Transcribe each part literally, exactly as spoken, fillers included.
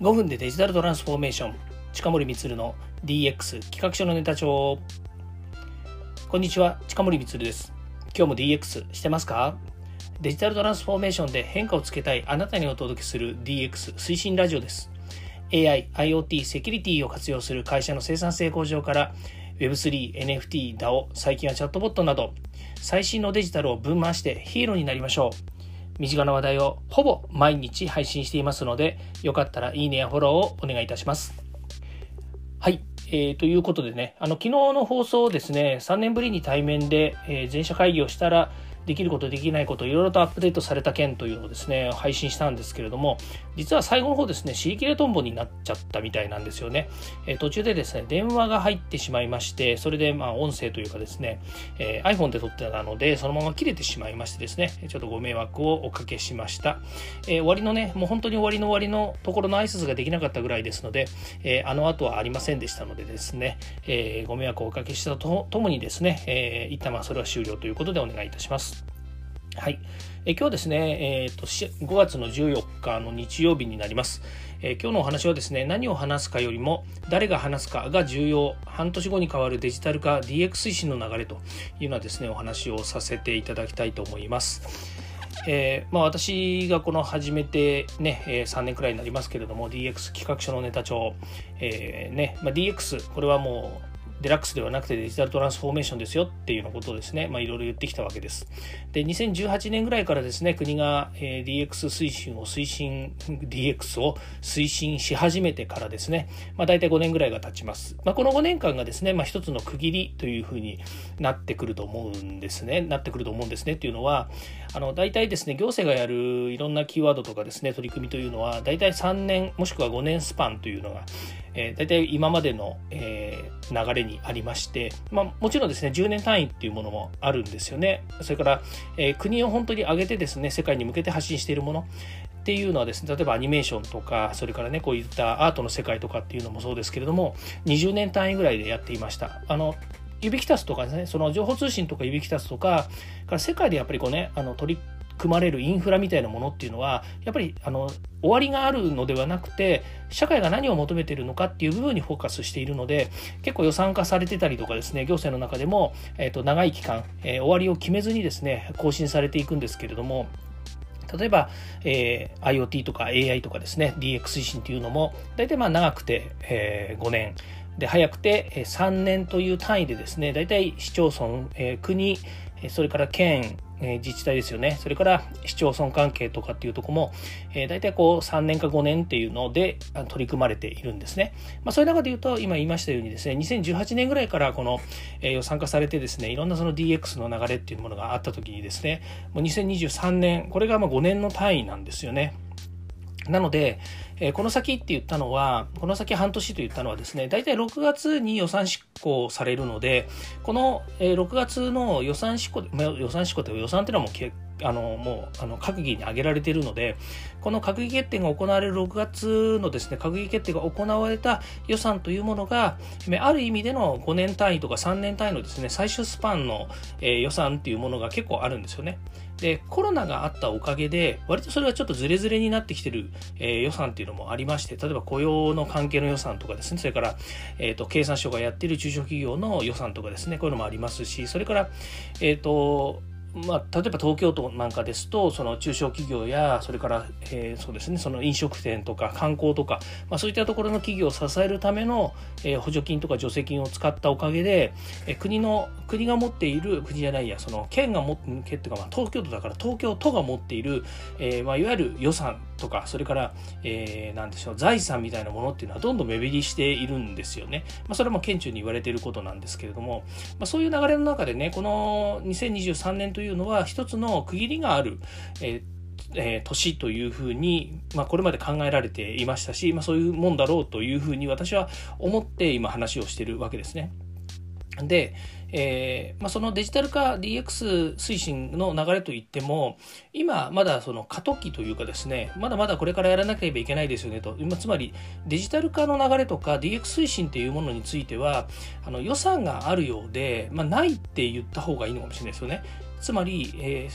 ごふんでデジタルトランスフォーメーション、近森光の ディーエックス 企画書のネタ帳。こんにちは、近森光です。今日も ディーエックス してますか？デジタルトランスフォーメーションで変化をつけたいあなたにお届けする ディーエックス 推進ラジオです。 エーアイ、IoT、セキュリティを活用する会社の生産性向上から ウェブスリー、エヌエフティー、ダオ、最近はチャットボットなど最新のデジタルをぶん回してヒーローになりましょう。身近な話題をほぼ毎日配信していますので、よかったらいいねやフォローをお願いいたします。はい、えー、ということでね、あの昨日の放送ですね、さんねんぶりに対面で、えー、全社会議をしたらできることできないこといろいろとアップデートされた件というのをですね配信したんですけれども、実は最後の方ですね尻切れトンボになっちゃったみたいなんですよね。えー、途中でですね電話が入ってしまいまして、それでまあ音声というかですね、えー、iPhone で撮ってたのでそのまま切れてしまいましてですね、ちょっとご迷惑をおかけしました。えー、終わりのねもう本当に終わりの終わりのところの挨拶ができなかったぐらいですので、えー、あの後はありませんでしたのでですね、えー、ご迷惑をおかけしたとともにですね、えー、一旦まあそれは終了ということでお願いいたします。はい、え今日はですね、えー、とごがつのじゅうよっかの日曜日になります。えー、今日のお話はですね、何を話すかよりも誰が話すかが重要、半年後に変わるデジタル化 ディーエックス 推進の流れというのはですねお話をさせていただきたいと思います。えーまあ、私がこの始めて、ねえー、さんねんくらいになりますけれども ディーエックス 企画書のネタ帳、えーねまあ、ディーエックス これはもうデラックスではなくてデジタルトランスフォーメーションですよっていうようなことをですね、まあ、いろいろ言ってきたわけです。で、にせんじゅうはちねんぐらいからですね、国が ディーエックス 推進を推進、ディーエックス を推進し始めてからですね、まあ、大体ごねんぐらいが経ちます。まあ、このごねんかんがですね、まあ、一つの区切りというふうになってくると思うんですね。なってくると思うんですねっていうのは、あの大体ですね、行政がやるいろんなキーワードとかですね、取り組みというのは、大体さんねんもしくはごねんスパンというのが、えー、大体今までの、えー、流れにありまして、まあ、もちろんですねじゅうねん単位っていうものもあるんですよね。それから、えー、国を本当に挙げてですね世界に向けて発信しているものっていうのはですね、例えばアニメーションとか、それからねこういったアートの世界とかっていうのもそうですけれども、にじゅうねん単位ぐらいでやっていました。あのユビキタスとかですね、その情報通信とかユビキタスとかから世界でやっぱりこうねあの取り組まれるインフラみたいなものっていうのはやっぱりあの終わりがあるのではなくて、社会が何を求めているのかっていう部分にフォーカスしているので、結構予算化されてたりとかですね、行政の中でも、えー、と長い期間、えー、終わりを決めずにですね更新されていくんですけれども、例えば、えー、IoT とか エーアイ とかですね ディーエックス 推進というのも大体まあ長くて、えー、ごねんで、早くてさんねんという単位でですね、大体市町村、えー、国、それから県、自治体ですよね、それから市町村関係とかっていうところも、えー、大体こうさんねんかごねんっていうので取り組まれているんですね。まあ、そういう中で言うと今言いましたようにですね、にせんじゅうはちねんぐらいからこの、えー、予算化されてですね、いろんなその ディーエックス の流れっていうものがあった時にですね、もうにせんにじゅうさんねん、これがまあごねんの単位なんですよね。なので、えー、この先って言ったのは、この先半年と言ったのはですね、大体ろくがつに予算執行されるので、この、えー、ろくがつの予算執行、予算執行という予算っていうのはもうあのもうあの閣議に挙げられているので、この閣議決定が行われるろくがつのですね閣議決定が行われた予算というものが、ある意味でのごねん単位とかさんねん単位のですね最終スパンの、えー、予算っていうものが結構あるんですよね。で、コロナがあったおかげで割とそれがちょっとズレズレになってきてる、えー、予算っていうのもありまして、例えば雇用の関係の予算とかですね、それから、えーと、経産省がやっている中小企業の予算とかですね、こういうのもありますし、それからえっとまあ、例えば東京都なんかですと、その中小企業やそれから、えー、そうですね、その飲食店とか観光とか、まあ、そういったところの企業を支えるための、えー、補助金とか助成金を使ったおかげで、えー、国の国が持っている国じゃないやその県が持って県っていうか、まあ、東京都だから東京都が持っている、えーまあ、いわゆる予算とか、それから、えー、なんでしょう財産みたいなものっていうのはどんどん目減りしているんですよね。まあ、それも顕著に言われていることなんですけれども、まあ、そういう流れの中でね、このにせんにじゅうさんねんというのは一つの区切りがある、えーえー、年というふうに、まあ、これまで考えられていましたし、まあ、そういうもんだろうというふうに私は思って今話をしているわけですね。で、えーまあ、そのデジタル化 ディーエックス 推進の流れといっても、今まだその過渡期というかですね、まだまだこれからやらなければいけないですよねと。つまりデジタル化の流れとか ディーエックス 推進というものについては、あの予算があるようで、まあ、ないって言った方がいいのかもしれないですよね。つまり、えー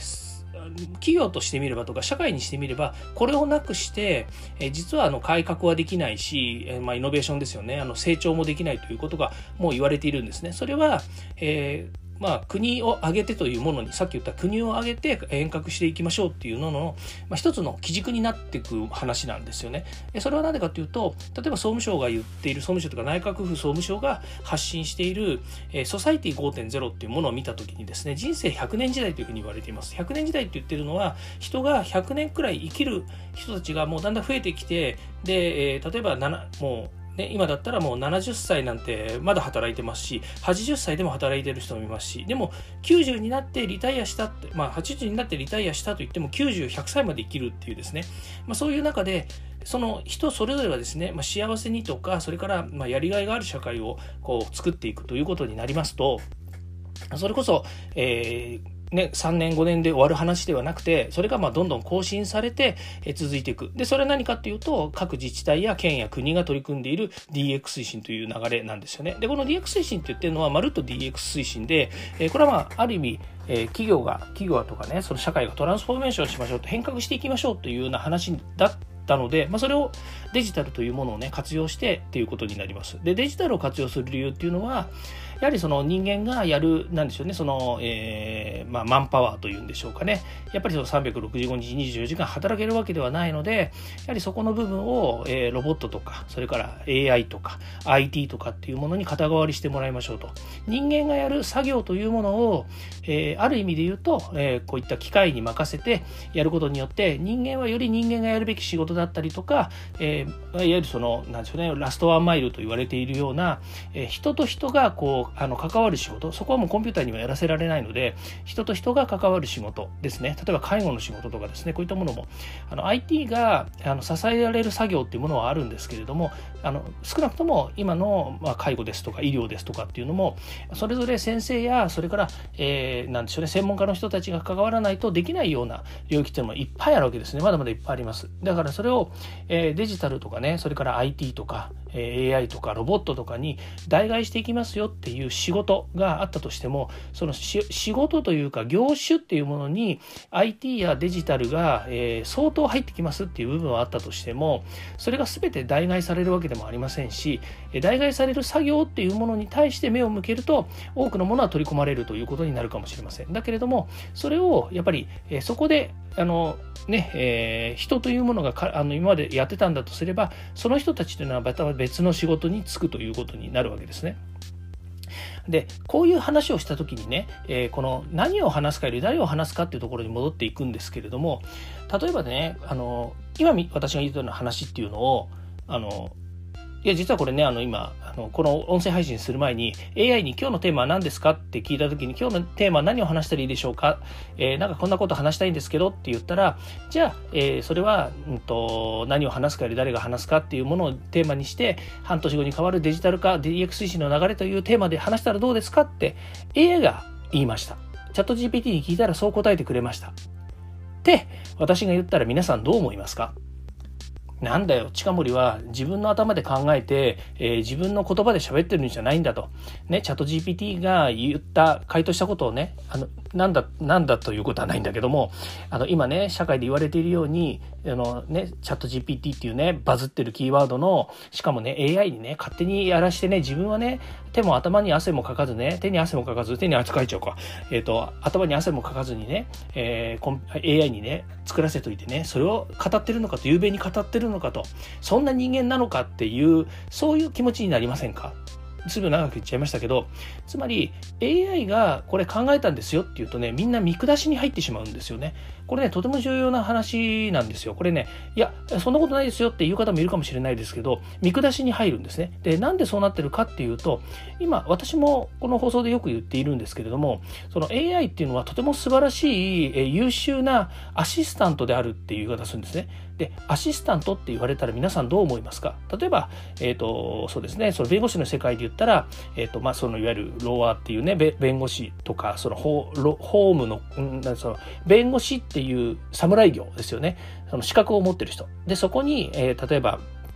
企業としてみればとか社会にしてみればこれをなくして、え実はあの改革はできないし、えまあ、イノベーションですよね、あの成長もできないということがもう言われているんですね。それは、えーまあ、国を挙げてというものに、さっき言った国を挙げて変革していきましょうっていうのの、まあ、一つの基軸になっていく話なんですよね。それは何でかというと、例えば総務省が言っている、総務省とか内閣府総務省が発信している、えー、ソサイティ ごてんゼロ っていうものを見たときにですね、人生ひゃくねん時代というふうに言われています。ひゃくねん時代って言ってるのは、人がひゃくねんくらい生きる人たちがもうだんだん増えてきて、で、えー、例えばななもうね、今だったらもうななじゅっさいなんてまだ働いてますし、はちじゅっさいでも働いてる人もいますし、でもきゅうじゅうになってリタイアしたって、まあはちじゅうになってリタイアしたと言ってもきゅうじゅう、ひゃくさいまで生きるっていうですね、まあ、そういう中でその人それぞれはですね、まあ、幸せにとか、それからまあやりがいがある社会をこう作っていくということになりますと、それこそ、えーね、さんねんごねんで終わる話ではなくて、それがまあどんどん更新されて続いていく。で、それは何かっていうと、各自治体や県や国が取り組んでいる ディーエックス 推進という流れなんですよね。で、この ディーエックス 推進って言ってるのは、まるっと ディーエックス 推進で、これはまあ、ある意味、企業が、企業とかね、その社会がトランスフォーメーションしましょうと、変革していきましょうというような話だったので、まあ、それをデジタルというものをね、活用してっていうことになります。で、デジタルを活用する理由っていうのは、やはりその人間がやる、なんでしょうね、その、えー、まあ、マンパワーというんでしょうかね。やっぱりそのさんびゃくろくじゅうごにちにじゅうよじかん働けるわけではないので、やはりそこの部分を、えー、ロボットとか、それから エーアイ とか アイティー とかっていうものに肩代わりしてもらいましょうと。人間がやる作業というものを、えー、ある意味で言うと、えー、こういった機械に任せてやることによって、人間はより人間がやるべき仕事だったりとか、えー、いわゆるその、なんでしょうね、ラストワンマイルと言われているような、えー、人と人がこう、あの、関わる仕事、そこはもうコンピューターにはやらせられないので、人と人が関わる仕事ですね。例えば介護の仕事とかですね、こういったものも、あの アイティー があの支えられる作業っていうものはあるんですけれども、あの少なくとも今の、まあ、介護ですとか医療ですとかっていうのも、それぞれ先生や、それから、えー、なんでしょうね、専門家の人たちが関わらないとできないような領域っていうのもいっぱいあるわけですね。まだまだいっぱいあります。だからそれを、えー、デジタルとかね、それから アイティー とか、エーアイ とかロボットとかに代替していきますよっていう仕事があったとしても、その仕事というか業種っていうものに アイティー やデジタルが、えー、相当入ってきますっていう部分はあったとしても、それが全て代替されるわけでもありませんし、代替される作業っていうものに対して目を向けると多くのものは取り込まれるということになるかもしれません。だけれども、それをやっぱり、えー、そこであのね、えー、人というものがかあの今までやってたんだとすれば、その人たちというのはまた別の仕事に就くということになるわけですね。で、こういう話をしたときにね、えー、この何を話すかより誰を話すかっていうところに戻っていくんですけれども、例えばね、あの今私が言ったような話っていうのを、あのいや実はこれね、あの今あのこの音声配信する前に エーアイ に今日のテーマは何ですかって聞いたときに、今日のテーマは何を話したらいいでしょうか、えー、なんかこんなこと話したいんですけどって言ったら、じゃあ、えー、それは、うんと、何を話すかより誰が話すかっていうものをテーマにして、半年後に変わるデジタル化 ディーエックス 推進の流れというテーマで話したらどうですかって エーアイ が言いました。チャット ジーピーティー に聞いたらそう答えてくれましたって私が言ったら皆さんどう思いますか？なんだよ、近森は自分の頭で考えて、えー、自分の言葉で喋ってるんじゃないんだと。ね、チャット ジーピーティー が言った、回答したことをね、あの、なんだ、なんだということはないんだけども、あの、今ね、社会で言われているように、あのね、チャット ジーピーティー っていうね、バズってるキーワードの、しかもね、エーアイ にね、勝手にやらしてね、自分はね、手も頭に汗もかかずね、手に汗もかかず、手に汗かいちゃうか。えっと、頭に汗もかかずにね、えー、エーアイ にね、作らせといてね、それを語ってるのかと、雄弁に語ってるのかと、そんな人間なのかっていう、そういう気持ちになりませんか？すぐ長く言っちゃいましたけど、つまり エーアイ がこれ考えたんですよっていうとね、みんな見下しに入ってしまうんですよね。これね、とても重要な話なんですよ。これね、いや、そんなことないですよっていう方もいるかもしれないですけど、見下しに入るんですね。で、なんでそうなってるかっていうと、今、私もこの放送でよく言っているんですけれども、その エーアイ っていうのはとても素晴らしい、優秀なアシスタントであるっていう言い方するんですね。で、アシスタントって言われたら皆さんどう思いますか？例えば、えっと、そうですね、その弁護士の世界で言ったら、えっと、まあ、そのいわゆるローアーっていうね、弁護士とか、その法、法務の、うん、その弁護士っていう侍業ですよね。その資格を持ってる人。で、そこに、えー、例えば、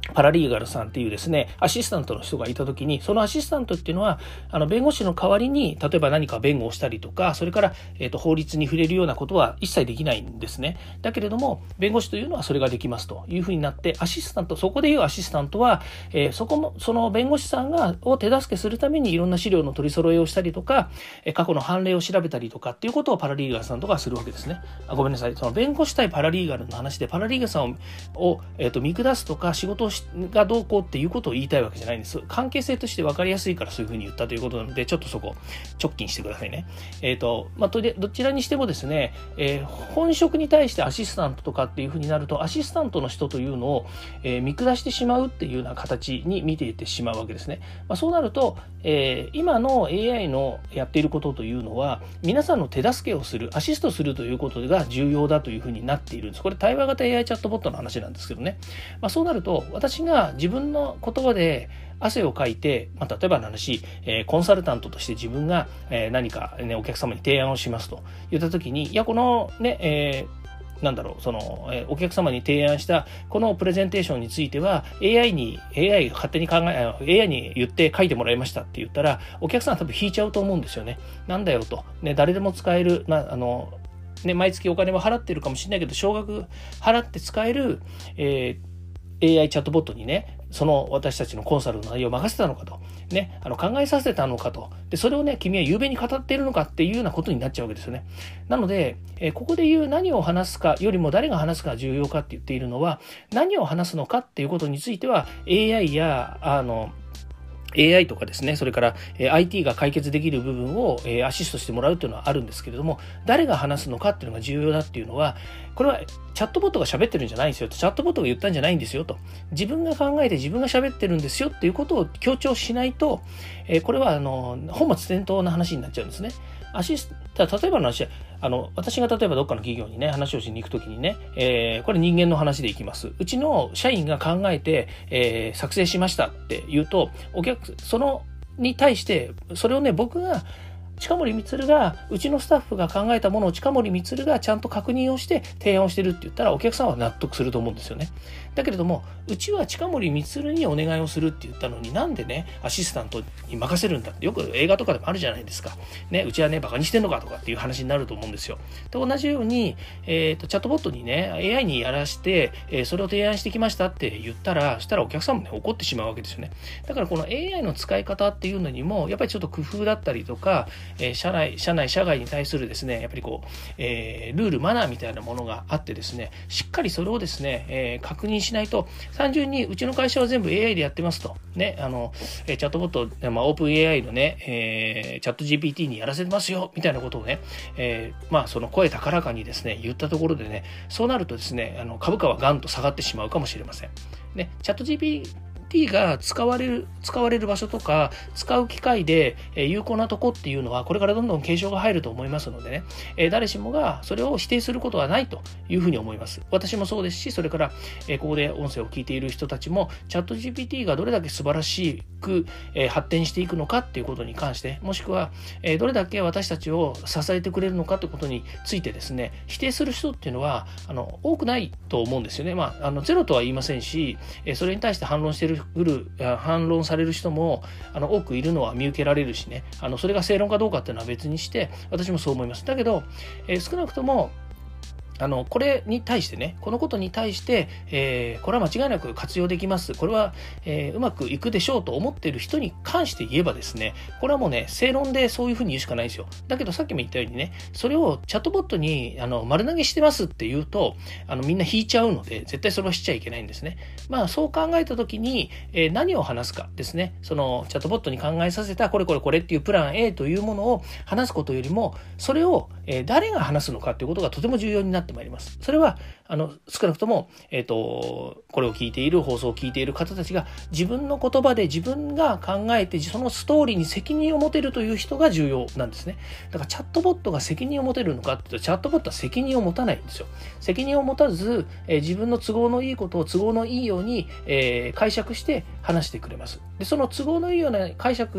パラリーガルさんっていうですね、アシスタントの人がいたときに、そのアシスタントっていうのは、あの弁護士の代わりに、例えば何か弁護をしたりとか、それから、えーと、法律に触れるようなことは一切できないんですね。だけれども、弁護士というのはそれができますというふうになって、アシスタント、そこでいうアシスタントは、えー、そこも、その弁護士さんが、を手助けするためにいろんな資料の取り揃えをしたりとか、えー、過去の判例を調べたりとかっていうことをパラリーガルさんとかはするわけですね。あ、ごめんなさい。その弁護士対パラリーガルの話で、パラリーガルさんを、をえーと、見下すとか、仕事をしがどうこうっていうことを言いたいわけじゃないんです。関係性として分かりやすいからそういうふうに言ったということなので、ちょっとそこ直近してくださいね。えっと、まあ、とりどちらにしてもですね、えー、本職に対してアシスタントとかっていうふうになると、アシスタントの人というのを、えー、見下してしまうっていうような形に見ていってしまうわけですね。まあ、そうなると、えー、今の エーアイ のやっていることというのは、皆さんの手助けをする、アシストするということが重要だというふうになっているんです。これ対話型 エーアイ チャットボットの話なんですけどね。まあ、そうなると、私が自分の言葉で汗をかいて、まあ、例えばの話、えー、コンサルタントとして自分が、えー、何か、ね、お客様に提案をしますと言ったときに、いや、このね、えー、なんだろう、その、えー、お客様に提案したこのプレゼンテーションについては エーアイ に、エーアイ が勝手に考え、エーアイ に言って書いてもらいましたって言ったら、お客さんは多分引いちゃうと思うんですよね。なんだよと。ね、誰でも使える、な、あの、ね、毎月お金は払ってるかもしれないけど、少額払って使える、えーエーアイ チャットボットにね、その私たちのコンサルの内容を任せたのかと、ね、あの考えさせたのかと、でそれをね、君は雄弁に語っているのかっていうようなことになっちゃうわけですよね。なので、えー、ここで言う何を話すかよりも誰が話すかが重要かって言っているのは、何を話すのかっていうことについては エーアイ やあのエーアイ とかですね、それから アイティー が解決できる部分をアシストしてもらうというのはあるんですけれども、誰が話すのかっていうのが重要だっていうのは、これはチャットボットが喋ってるんじゃないんですよと、チャットボットが言ったんじゃないんですよと、自分が考えて自分が喋ってるんですよっていうことを強調しないと、これはあの本末転倒な話になっちゃうんですね。アシス例えばの話、あの私が例えばどっかの企業にね話をしに行くときにね、えー、これ人間の話でいきます。うちの社員が考えて、えー、作成しましたって言うと、お客そのに対してそれをね、僕が近森光が、うちのスタッフが考えたものを近森光がちゃんと確認をして提案をしてるって言ったら、お客さんは納得すると思うんですよね。だけれども、うちは近森光にお願いをするって言ったのに、なんでねアシスタントに任せるんだって、よく映画とかでもあるじゃないですかね。うちはねバカにしてんのかとかっていう話になると思うんですよ。と同じように、えーと、チャットボットにね エーアイ にやらして、えー、それを提案してきましたって言ったら、そしたらお客さんもね怒ってしまうわけですよね。だからこの エーアイ の使い方っていうのにもやっぱりちょっと工夫だったりとか、えー、社内社内社外に対するですね、やっぱりこう、えー、ルールマナーみたいなものがあってですね、しっかりそれをですね、えー、確認しないと、単純にうちの会社は全部 エーアイ でやってますとね、あの、えー、チャットボット、まあ、オープン エーアイ のね、えー、チャット ジーピーティー にやらせてますよみたいなことをね、えー、まあその声高らかにですね言ったところでね、そうなるとですね、あの株価はガンと下がってしまうかもしれませんね。チャット ジーピーティーT が使われる、使われる場所とか、使う機会で有効なとこっていうのは、これからどんどん継承が入ると思いますのでね、誰しもがそれを否定することはないというふうに思います。私もそうですし、それから、ここで音声を聞いている人たちも、チャット ジーピーティー がどれだけ素晴らしく発展していくのかっていうことに関して、もしくは、どれだけ私たちを支えてくれるのかということについてですね、否定する人っていうのは、あの、多くないと思うんですよね。まあ、あの、ゼロとは言いませんし、それに対して反論している反論される人もあの多くいるのは見受けられるしね、あのそれが正論かどうかっていうのは別にして、私もそう思います。だけど、えー、少なくともあのこれに対してね、このことに対して、えー、これは間違いなく活用できます、これは、えー、うまくいくでしょうと思っている人に関して言えばですね、これはもうね正論でそういうふうに言うしかないんですよ。だけどさっきも言ったようにね、それをチャットボットにあの丸投げしてますって言うと、あのみんな引いちゃうので、絶対それはしちゃいけないんですね。まあそう考えた時に、えー、何を話すかですね。そのチャットボットに考えさせたこれこれこれっていうプラン A というものを話すことよりも、それを、えー、誰が話すのかということがとても重要になってまいります。それはあの少なくとも、えーと、これを聞いている放送を聞いている方たちが自分の言葉で自分が考えて、そのストーリーに責任を持てるという人が重要なんですね。だからチャットボットが責任を持てるのかっていうと、チャットボットは責任を持たないんですよ。責任を持たず、えー、自分の都合のいいことを都合のいいように、えー、解釈して話してくれます。でその都合のいいような解釈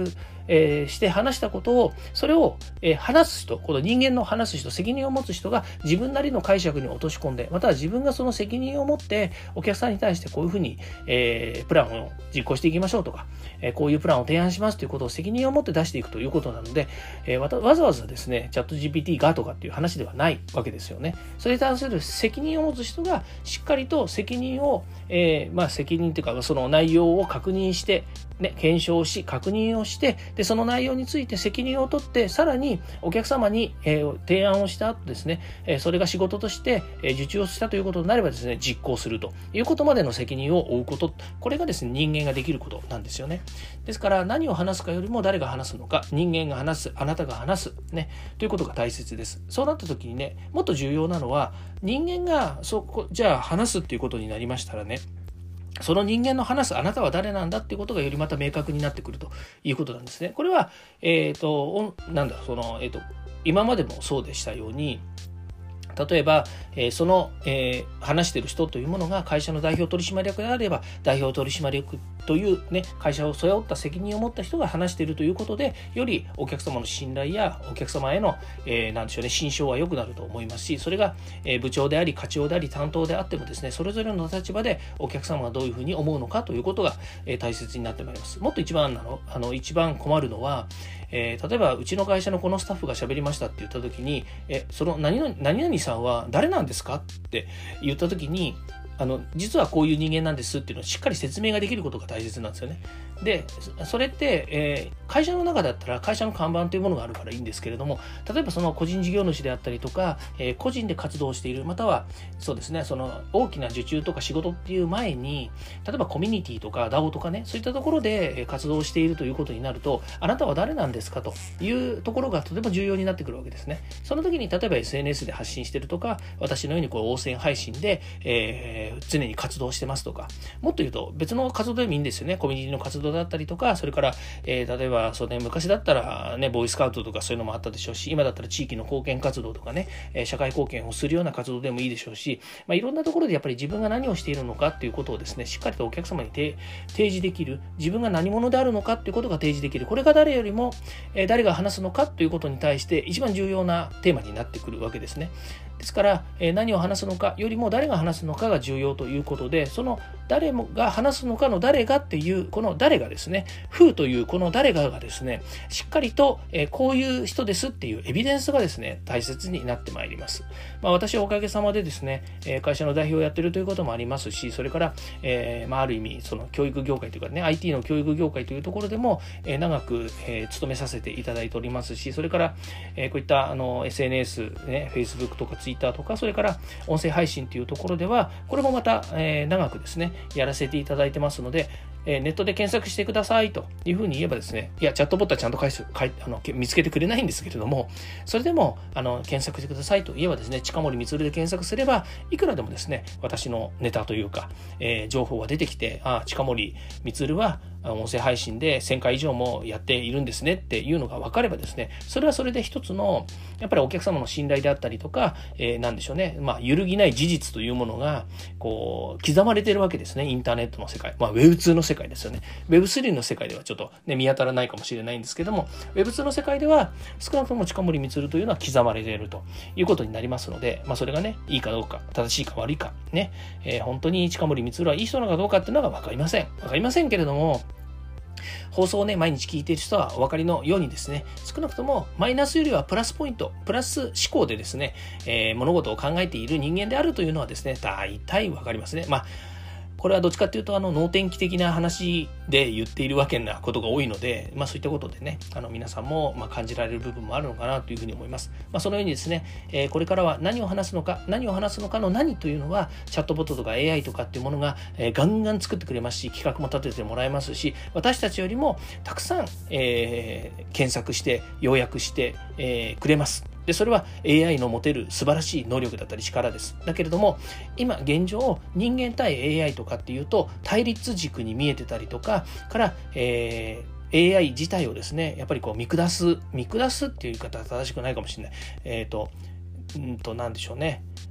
えー、して話したことを、それを、えー、話す人、この人間の話す人、責任を持つ人が自分なりの解釈に落とし込んで、または自分がその責任を持ってお客さんに対してこういうふうに、えー、プランを実行していきましょうとか、えー、こういうプランを提案しますということを責任を持って出していくということなので、えー、わ, わざわざですね、チャット ジーピーティー がとかっていう話ではないわけですよね。それに対する責任を持つ人がしっかりと責任を、えー、まあ責任というかその内容を確認して、ね、検証し確認をして、でその内容について責任を取って、さらにお客様に、えー、提案をした後ですね、えー、それが仕事として、えー、受注をしたということになればですね、実行するということまでの責任を負うこと、これがですね、人間ができることなんですよね。ですから何を話すかよりも誰が話すのか、人間が話す、あなたが話す、ね、ということが大切です。そうなった時にね、もっと重要なのは、人間がそこじゃあ話すっていうことになりましたらね、その人間の話すあなたは誰なんだっていうことがよりまた明確になってくるということなんですね。これは、えっと、なんだ、その、えっと、今までもそうでしたように、例えば、えー、その、えー、話している人というものが会社の代表取締役であれば、代表取締役という、ね、会社を背負った責任を持った人が話しているということで、よりお客様の信頼やお客様への、えー、なんでしょうね、心象は良くなると思いますし、それが、えー、部長であり課長であり担当であってもですね、それぞれの立場でお客様がどういうふうに思うのかということが、えー、大切になってまいります。もっと一番なの、あの一番困るのは、えー、例えばうちの会社のこのスタッフが喋りましたって言った時に、えその何々、何々さんは誰なんですかって言った時に、あの実はこういう人間なんですっていうのをしっかり説明ができることが大切なんですよね。でそれって、えー、会社の中だったら会社の看板というものがあるからいいんですけれども、例えばその個人事業主であったりとか、えー、個人で活動している、またはそうですね、その大きな受注とか仕事っていう前に、例えばコミュニティとか ダオ とかね、そういったところで活動しているということになると、あなたは誰なんですかというところがとても重要になってくるわけですね。その時に例えば エスエヌエス で発信しているとか、私のようにこう応戦配信で、えー、常に活動してますとか、もっと言うと別の活動でもいいんですよね。コミュニティの活動だったりとか、それから、えー、例えばそう、ね、昔だったらね、ボーイスカウトとかそういうのもあったでしょうし、今だったら地域の貢献活動とかね、えー、社会貢献をするような活動でもいいでしょうし、まあ、いろんなところでやっぱり自分が何をしているのかっていうことをですね、しっかりとお客様に提示できる、自分が何者であるのかっていうことが提示できる、これが誰よりも、えー、誰が話すのかということに対して一番重要なテーマになってくるわけですね。ですから、えー、何を話すのかよりも誰が話すのかが重要ということで、その誰もが話すのかの誰がっていう、この誰がですね、who というこの誰ががですね、しっかりと、えー、こういう人ですっていうエビデンスがですね、大切になってまいります。まあ、私はおかげさまでですね、えー、会社の代表をやっているということもありますし、それから、えーまあ、ある意味その教育業界というかね、 アイティー の教育業界というところでも、えー、長く、えー、勤めさせていただいておりますし、それから、えー、こういったあの エスエヌエス、ね、Facebook とか Twitter とか、それから音声配信というところでは、これもまた、えー、長くですね、やらせていただいてますので、えー、ネットで検索してくださいというふうに言えばですね、いや、チャットボットはちゃんと返す返あの見つけてくれないんですけれども、それでもあの検索してくださいと言えばですね、近森光で検索すれば、いくらでもですね、私のネタというか、えー、情報が出てきて、あ、近森光は音声配信でせんかい以上もやっているんですねっていうのが分かればですね、それはそれで一つのやっぱりお客様の信頼であったりとか、えー、なんでしょうね、まあ揺るぎない事実というものがこう刻まれているわけですね。インターネットの世界、まあ ウェブツー の世界ですよね。ウェブスリー の世界ではちょっとね見当たらないかもしれないんですけども、ウェブツー の世界では少なくとも近森光というのは刻まれているということになりますので、まあそれがねいいかどうか、正しいか悪いかね、えー、本当に近森光はいい人なのかどうかっていうのが分かりません。分かりませんけれども、放送をね毎日聞いている人はお分かりのようにですね、少なくともマイナスよりはプラスポイント、プラス思考でですね、えー、物事を考えている人間であるというのはですね、大体分かりますね。まあこれはどっちかというとあの能天気的な話で言っているわけなことが多いので、まあそういったことでね、あの皆さんもまあ感じられる部分もあるのかなというふうに思います。まあそのようにですね、えー、これからは何を話すのか、何を話すのかの何というのはチャットボットとか エーアイ とかっていうものが、えー、ガンガン作ってくれますし、企画も立ててもらえますし、私たちよりもたくさん、えー、検索して要約して、えー、くれます。でそれは エーアイ の持てる素晴らしい能力だったり力です。だけれども今現状人間対 エーアイ とかっていうと対立軸に見えてたりとかから、えー、エーアイ 自体をですねやっぱりこう見下す見下すっていう言い方は正しくないかもしれない。えっとうんと何でしょうね。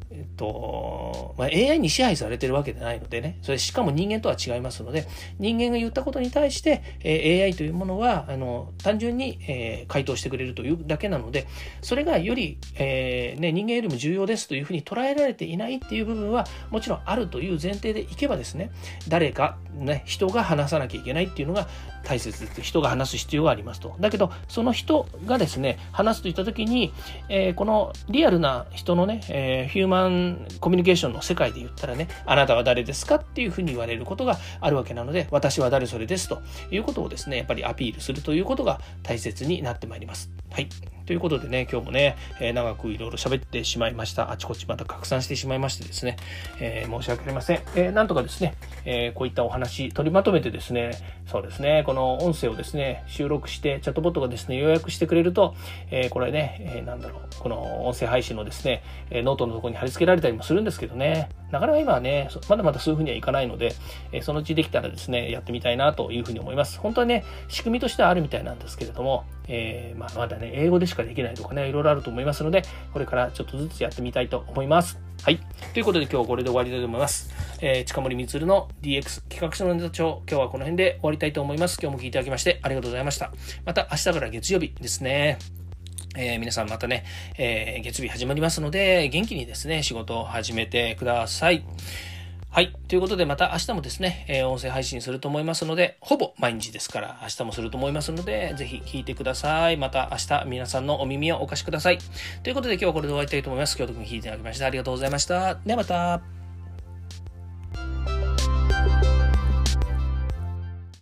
えっとまあ、エーアイ に支配されてるわけでないのでね、それしかも人間とは違いますので、人間が言ったことに対して、えー、エーアイ というものはあの単純に、えー、回答してくれるというだけなので、それがより、えーね、人間よりも重要ですというふうに捉えられていないっていう部分はもちろんあるという前提でいけばですね、誰か、ね、人が話さなきゃいけないっていうのが大切です。人が話す必要がありますと。だけどその人がですね話すといった時に、えー、このリアルな人のね、えー、ヒューマンコミュニケーションの世界で言ったらね、あなたは誰ですかっていうふうに言われることがあるわけなので、私は誰それですということをですねやっぱりアピールするということが大切になってまいります。はい、ということでね、今日もね、えー、長くいろいろ喋ってしまいました。あちこちまた拡散してしまいましてですね、えー、申し訳ありません。えー、なんとかですね、えー、こういったお話取りまとめてですね、そうですね、この音声をですね収録してチャットボットがですね要約してくれると、えー、これね、えー、なんだろう、この音声配信のですねノートのところに貼り付けられたりもするんですけどね、なかなか今はねまだまだそういうふうにはいかないので、えー、そのうちできたらですねやってみたいなというふうに思います。本当はね仕組みとしてはあるみたいなんですけれども、えーまあ、まだね英語でしかできないとかねいろいろあると思いますので、これからちょっとずつやってみたいと思います。はい。ということで今日はこれで終わりたいと思います。えー、近森光の ディーエックス 企画書のネタ帳、今日はこの辺で終わりたいと思います。今日も聞いていただきましてありがとうございました。また明日から月曜日ですね。えー、皆さんまたね、えー、月曜日始まりますので、元気にですね、仕事を始めてください。はい。ということで、また明日もですね、えー、音声配信すると思いますので、ほぼ毎日ですから、明日もすると思いますので、ぜひ聞いてください。また明日、皆さんのお耳をお貸しください。ということで、今日はこれで終わりたいと思います。今日特に聞いていただきましてありがとうございました。ではまた。